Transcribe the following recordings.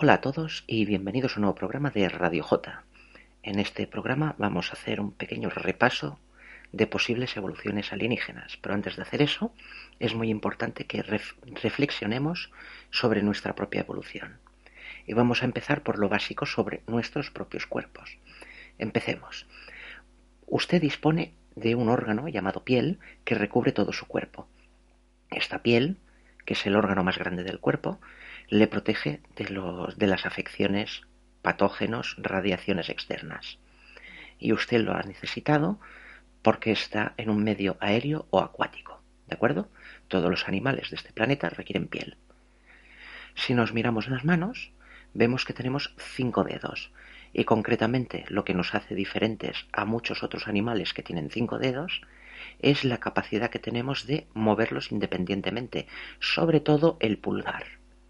Hola a todos y bienvenidos a un nuevo programa de Radio J. En este programa vamos a hacer un pequeño repaso de posibles evoluciones alienígenas, pero antes de hacer eso es muy importante que reflexionemos sobre nuestra propia evolución. Y vamos a empezar por lo básico sobre nuestros propios cuerpos. Empecemos. Usted dispone de un órgano llamado piel que recubre todo su cuerpo. Esta piel, que es el órgano más grande del cuerpo, le protege de las afecciones, patógenos, radiaciones externas. Y usted lo ha necesitado porque está en un medio aéreo o acuático, ¿de acuerdo? Todos los animales de este planeta requieren piel. Si nos miramos las manos, vemos que tenemos 5 dedos, y concretamente lo que nos hace diferentes a muchos otros animales que tienen 5 dedos es la capacidad que tenemos de moverlos independientemente, sobre todo el pulgar.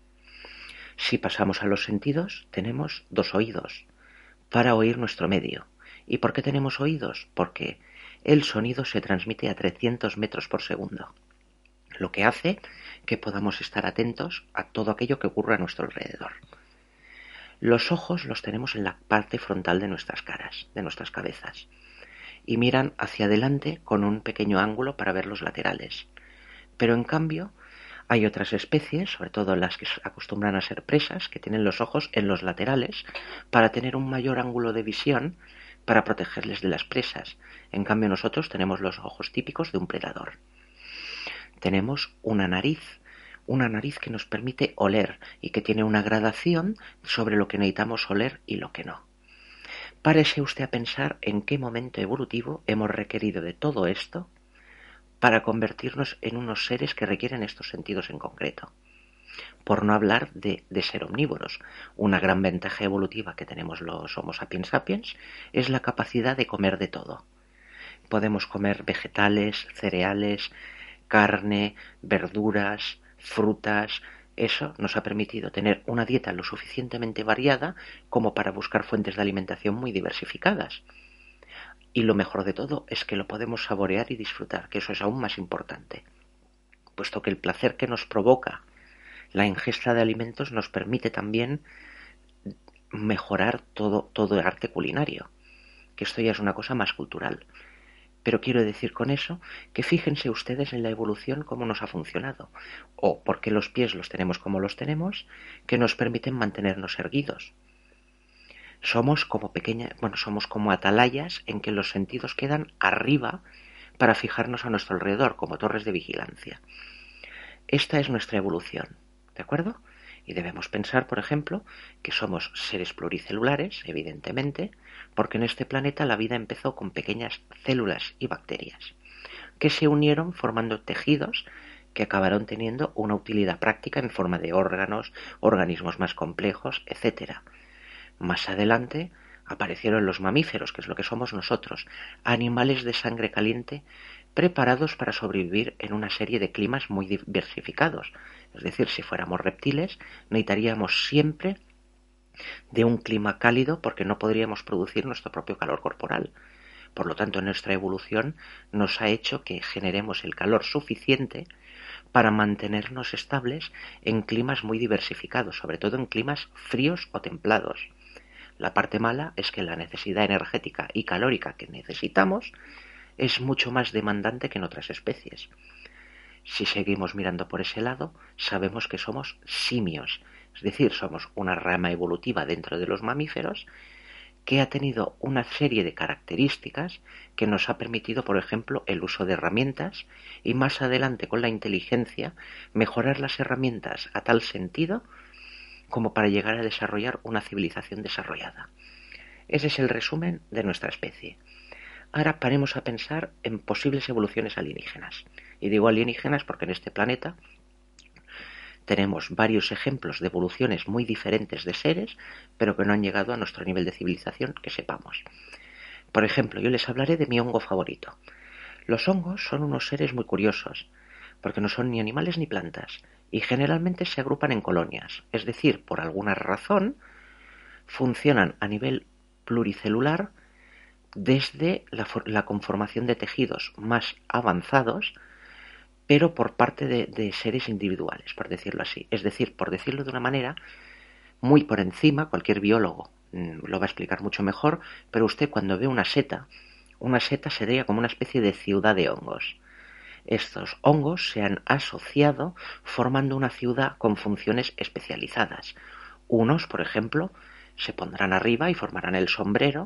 Si pasamos a los sentidos, tenemos 2 oídos para oír nuestro medio. ¿Y por qué tenemos oídos? Porque el sonido se transmite a 300 metros por segundo, lo que hace que podamos estar atentos a todo aquello que ocurre a nuestro alrededor. Los ojos los tenemos en la parte frontal de nuestras caras, de nuestras cabezas, y miran hacia adelante con un pequeño ángulo para ver los laterales. Pero en cambio, hay otras especies, sobre todo las que acostumbran a ser presas, que tienen los ojos en los laterales para tener un mayor ángulo de visión para protegerles de las presas. En cambio, nosotros tenemos los ojos típicos de un predador. Tenemos una nariz que nos permite oler y que tiene una gradación sobre lo que necesitamos oler y lo que no. Párese usted a pensar en qué momento evolutivo hemos requerido de todo esto para convertirnos en unos seres que requieren estos sentidos en concreto. Por no hablar de ser omnívoros. Una gran ventaja evolutiva que tenemos los Homo sapiens sapiens es la capacidad de comer de todo. Podemos comer vegetales, cereales, carne, verduras, frutas. Eso nos ha permitido tener una dieta lo suficientemente variada como para buscar fuentes de alimentación muy diversificadas. Y lo mejor de todo es que lo podemos saborear y disfrutar, que eso es aún más importante, puesto que el placer que nos provoca la ingesta de alimentos nos permite también mejorar todo el arte culinario, que esto ya es una cosa más cultural. Pero quiero decir con eso que fíjense ustedes en la evolución cómo nos ha funcionado, o por qué los pies los tenemos como los tenemos, que nos permiten mantenernos erguidos. Somos como atalayas en que los sentidos quedan arriba para fijarnos a nuestro alrededor, como torres de vigilancia. Esta es nuestra evolución, ¿de acuerdo? Y debemos pensar, por ejemplo, que somos seres pluricelulares, evidentemente, porque en este planeta la vida empezó con pequeñas células y bacterias, que se unieron formando tejidos que acabaron teniendo una utilidad práctica en forma de órganos, organismos más complejos, etc. Más adelante aparecieron los mamíferos, que es lo que somos nosotros, animales de sangre caliente preparados para sobrevivir en una serie de climas muy diversificados. Es decir, si fuéramos reptiles, necesitaríamos siempre de un clima cálido porque no podríamos producir nuestro propio calor corporal. Por lo tanto, nuestra evolución nos ha hecho que generemos el calor suficiente para mantenernos estables en climas muy diversificados, sobre todo en climas fríos o templados. La parte mala es que la necesidad energética y calórica que necesitamos es mucho más demandante que en otras especies. Si seguimos mirando por ese lado, sabemos que somos simios, es decir, somos una rama evolutiva dentro de los mamíferos que ha tenido una serie de características que nos ha permitido, por ejemplo, el uso de herramientas y más adelante con la inteligencia mejorar las herramientas a tal sentido como para llegar a desarrollar una civilización desarrollada. Ese es el resumen de nuestra especie. Ahora paremos a pensar en posibles evoluciones alienígenas. Y digo alienígenas porque en este planeta tenemos varios ejemplos de evoluciones muy diferentes de seres, pero que no han llegado a nuestro nivel de civilización que sepamos. Por ejemplo, yo les hablaré de mi hongo favorito. Los hongos son unos seres muy curiosos, porque no son ni animales ni plantas, y generalmente se agrupan en colonias, es decir, por alguna razón, funcionan a nivel pluricelular desde la conformación de tejidos más avanzados, pero por parte de seres individuales, por decirlo así. Es decir, por decirlo de una manera, muy por encima, cualquier biólogo lo va a explicar mucho mejor, pero usted cuando ve una seta sería como una especie de ciudad de hongos. Estos hongos se han asociado formando una ciudad con funciones especializadas. Unos, por ejemplo, se pondrán arriba y formarán el sombrero,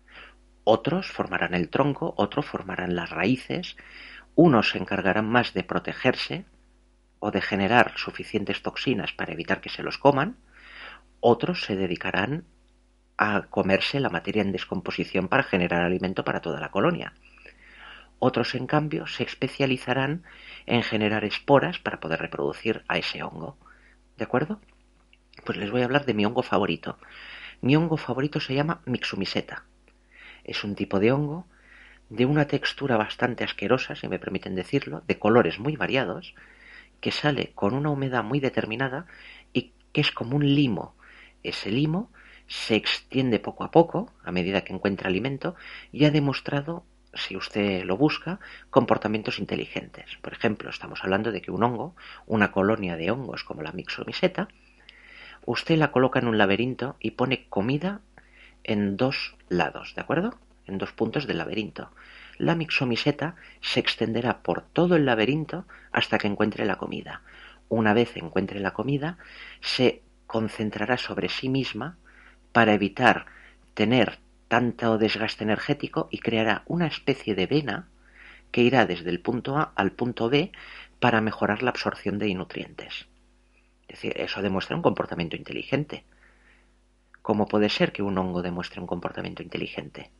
otros formarán el tronco, otros formarán las raíces, unos se encargarán más de protegerse o de generar suficientes toxinas para evitar que se los coman, otros se dedicarán a comerse la materia en descomposición para generar alimento para toda la colonia. Otros, en cambio, se especializarán en generar esporas para poder reproducir a ese hongo. ¿De acuerdo? Pues les voy a hablar de mi hongo favorito. Mi hongo favorito se llama Myxomiseta. Es un tipo de hongo de una textura bastante asquerosa, si me permiten decirlo, de colores muy variados, que sale con una humedad muy determinada y que es como un limo. Ese limo se extiende poco a poco, a medida que encuentra alimento, y ha demostrado, si usted lo busca, comportamientos inteligentes. Por ejemplo, estamos hablando de que un hongo, una colonia de hongos como la Myxomiseta, usted la coloca en un laberinto y pone comida en dos lados, ¿de acuerdo? En dos puntos del laberinto. La Myxomiseta se extenderá por todo el laberinto hasta que encuentre la comida. Una vez encuentre la comida, se concentrará sobre sí misma para evitar tener tanto desgaste energético y creará una especie de vena que irá desde el punto A al punto B para mejorar la absorción de nutrientes. Es decir, eso demuestra un comportamiento inteligente. ¿Cómo puede ser que un hongo demuestre un comportamiento inteligente?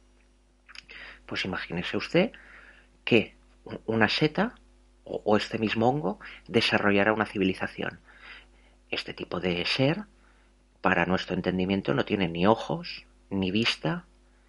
Pues imagínese usted que una seta o este mismo hongo desarrollará una civilización. Este tipo de ser, para nuestro entendimiento, no tiene ni ojos, ni vista,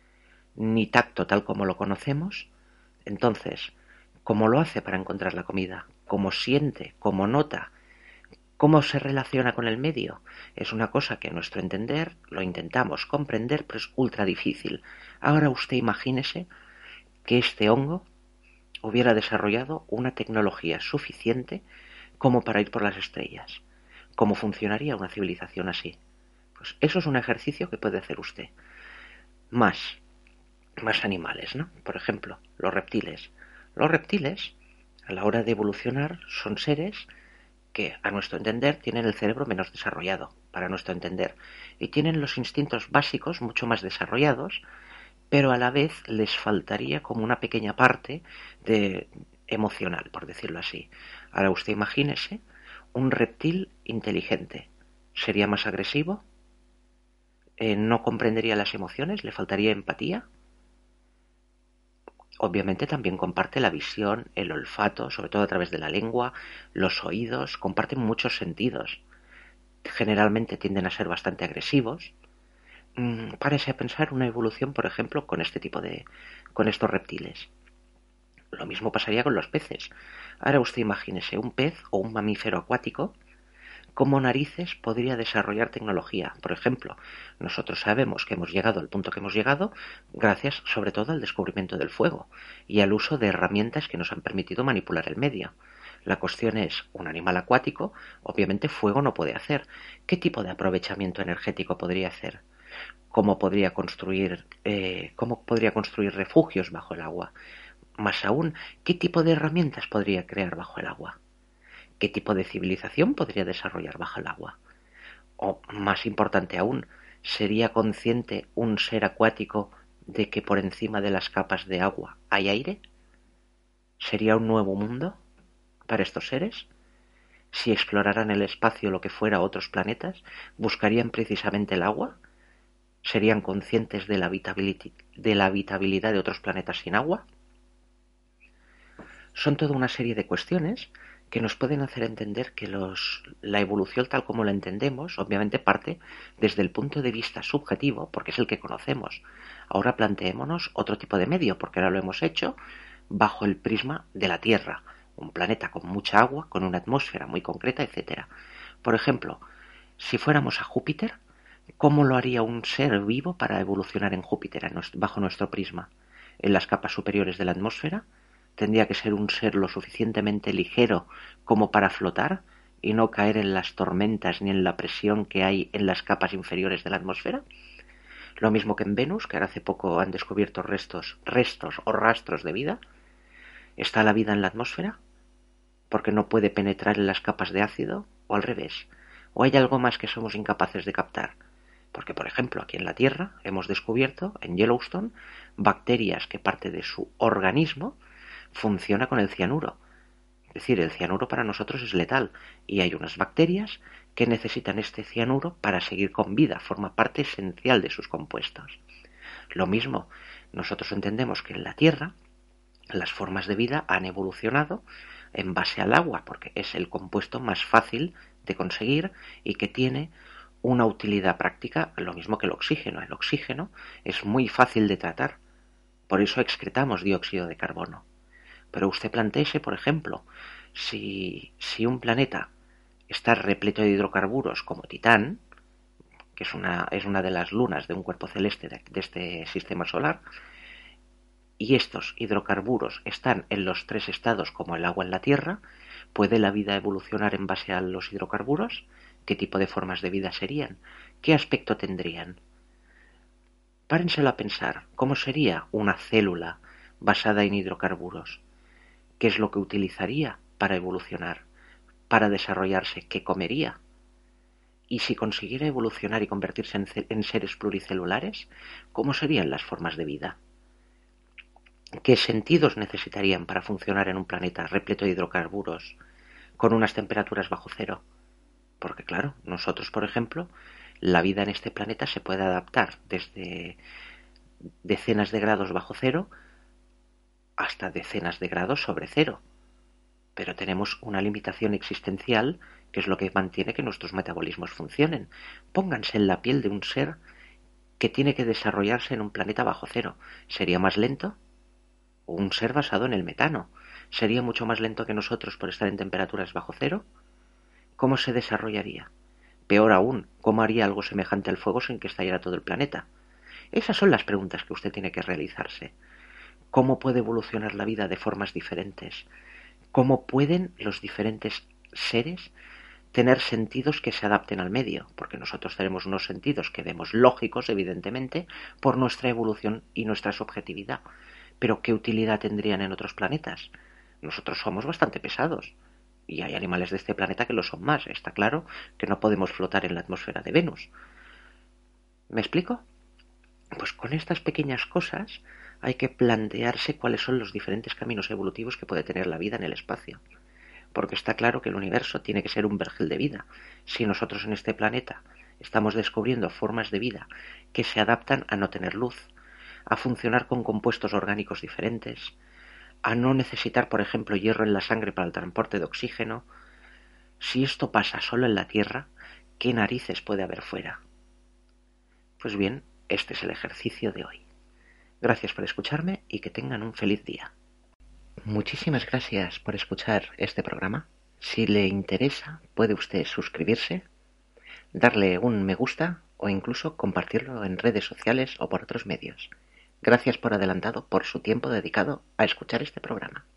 ni tacto tal como lo conocemos. Entonces, ¿cómo lo hace para encontrar la comida? ¿Cómo siente? ¿Cómo nota? ¿Cómo se relaciona con el medio? Es una cosa que a nuestro entender lo intentamos comprender, pero es ultra difícil. Ahora usted imagínese que este hongo hubiera desarrollado una tecnología suficiente como para ir por las estrellas. ¿Cómo funcionaría una civilización así? Pues eso es un ejercicio que puede hacer usted. Más animales, ¿no? Por ejemplo, los reptiles. Los reptiles, a la hora de evolucionar, son seres que, a nuestro entender, tienen el cerebro menos desarrollado, para nuestro entender, y tienen los instintos básicos mucho más desarrollados, pero a la vez les faltaría como una pequeña parte de emocional, por decirlo así. Ahora usted imagínese un reptil inteligente. ¿Sería más agresivo? ¿No comprendería las emociones? ¿Le faltaría empatía? Obviamente también comparte la visión, el olfato, sobre todo a través de la lengua, los oídos, comparten muchos sentidos. Generalmente tienden a ser bastante agresivos. Párese a pensar una evolución, por ejemplo, con estos reptiles. Lo mismo pasaría con los peces. Ahora usted imagínese un pez o un mamífero acuático. ¿Cómo narices podría desarrollar tecnología? Por ejemplo, nosotros sabemos que hemos llegado al punto que hemos llegado gracias sobre todo al descubrimiento del fuego y al uso de herramientas que nos han permitido manipular el medio. La cuestión es, un animal acuático, obviamente fuego no puede hacer. ¿Qué tipo de aprovechamiento energético podría hacer? Cómo podría construir refugios bajo el agua? Más aún, ¿qué tipo de herramientas podría crear bajo el agua? ¿Qué tipo de civilización podría desarrollar bajo el agua? O, más importante aún, ¿sería consciente un ser acuático de que por encima de las capas de agua hay aire? ¿Sería un nuevo mundo para estos seres? Si exploraran el espacio o lo que fuera otros planetas, ¿buscarían precisamente el agua? ¿Serían conscientes de la habitabilidad de otros planetas sin agua? Son toda una serie de cuestiones que nos pueden hacer entender que la evolución tal como la entendemos, obviamente parte desde el punto de vista subjetivo, porque es el que conocemos. Ahora planteémonos otro tipo de medio, porque ahora lo hemos hecho bajo el prisma de la Tierra, un planeta con mucha agua, con una atmósfera muy concreta, etcétera. Por ejemplo, si fuéramos a Júpiter, ¿cómo lo haría un ser vivo para evolucionar en Júpiter bajo nuestro prisma? En las capas superiores de la atmósfera, tendría que ser un ser lo suficientemente ligero como para flotar y no caer en las tormentas ni en la presión que hay en las capas inferiores de la atmósfera? Lo mismo que en Venus, que ahora hace poco han descubierto restos o rastros de vida. ¿Está la vida en la atmósfera? ¿Porque no puede penetrar en las capas de ácido? ¿O al revés? ¿O hay algo más que somos incapaces de captar? Porque, por ejemplo, aquí en la Tierra hemos descubierto, en Yellowstone, bacterias que parte de su organismo funciona con el cianuro. Es decir, el cianuro para nosotros es letal y hay unas bacterias que necesitan este cianuro para seguir con vida, forma parte esencial de sus compuestos. Lo mismo, nosotros entendemos que en la Tierra las formas de vida han evolucionado en base al agua, porque es el compuesto más fácil de conseguir y que tiene una utilidad práctica, lo mismo que el oxígeno. El oxígeno es muy fácil de tratar, por eso excretamos dióxido de carbono. Pero usted plantéese, por ejemplo, si un planeta está repleto de hidrocarburos como Titán, que es una de las lunas de un cuerpo celeste de este sistema solar, y estos hidrocarburos están en los tres estados como el agua en la Tierra, ¿puede la vida evolucionar en base a los hidrocarburos? ¿Qué tipo de formas de vida serían? ¿Qué aspecto tendrían? Párenselo a pensar, ¿cómo sería una célula basada en hidrocarburos? ¿Qué es lo que utilizaría para evolucionar? ¿Para desarrollarse? ¿Qué comería? Y si consiguiera evolucionar y convertirse en seres pluricelulares, ¿cómo serían las formas de vida? ¿Qué sentidos necesitarían para funcionar en un planeta repleto de hidrocarburos con unas temperaturas bajo cero? Porque claro, nosotros, por ejemplo, la vida en este planeta se puede adaptar desde decenas de grados bajo cero hasta decenas de grados sobre cero. Pero tenemos una limitación existencial que es lo que mantiene que nuestros metabolismos funcionen. Pónganse en la piel de un ser que tiene que desarrollarse en un planeta bajo cero. ¿Sería más lento? ¿O un ser basado en el metano? ¿Sería mucho más lento que nosotros por estar en temperaturas bajo cero? ¿Cómo se desarrollaría? Peor aún, ¿cómo haría algo semejante al fuego sin que estallara todo el planeta? Esas son las preguntas que usted tiene que realizarse. ¿Cómo puede evolucionar la vida de formas diferentes? ¿Cómo pueden los diferentes seres tener sentidos que se adapten al medio? Porque nosotros tenemos unos sentidos que vemos lógicos, evidentemente, por nuestra evolución y nuestra subjetividad. Pero ¿qué utilidad tendrían en otros planetas? Nosotros somos bastante pesados. Y hay animales de este planeta que lo son más. Está claro que no podemos flotar en la atmósfera de Venus. ¿Me explico? Pues con estas pequeñas cosas hay que plantearse cuáles son los diferentes caminos evolutivos que puede tener la vida en el espacio. Porque está claro que el universo tiene que ser un vergel de vida. Si nosotros en este planeta estamos descubriendo formas de vida que se adaptan a no tener luz, a funcionar con compuestos orgánicos diferentes, a no necesitar, por ejemplo, hierro en la sangre para el transporte de oxígeno, si esto pasa solo en la Tierra, ¿qué narices puede haber fuera? Pues bien, este es el ejercicio de hoy. Gracias por escucharme y que tengan un feliz día. Muchísimas gracias por escuchar este programa. Si le interesa, puede usted suscribirse, darle un me gusta o incluso compartirlo en redes sociales o por otros medios. Gracias por adelantado por su tiempo dedicado a escuchar este programa.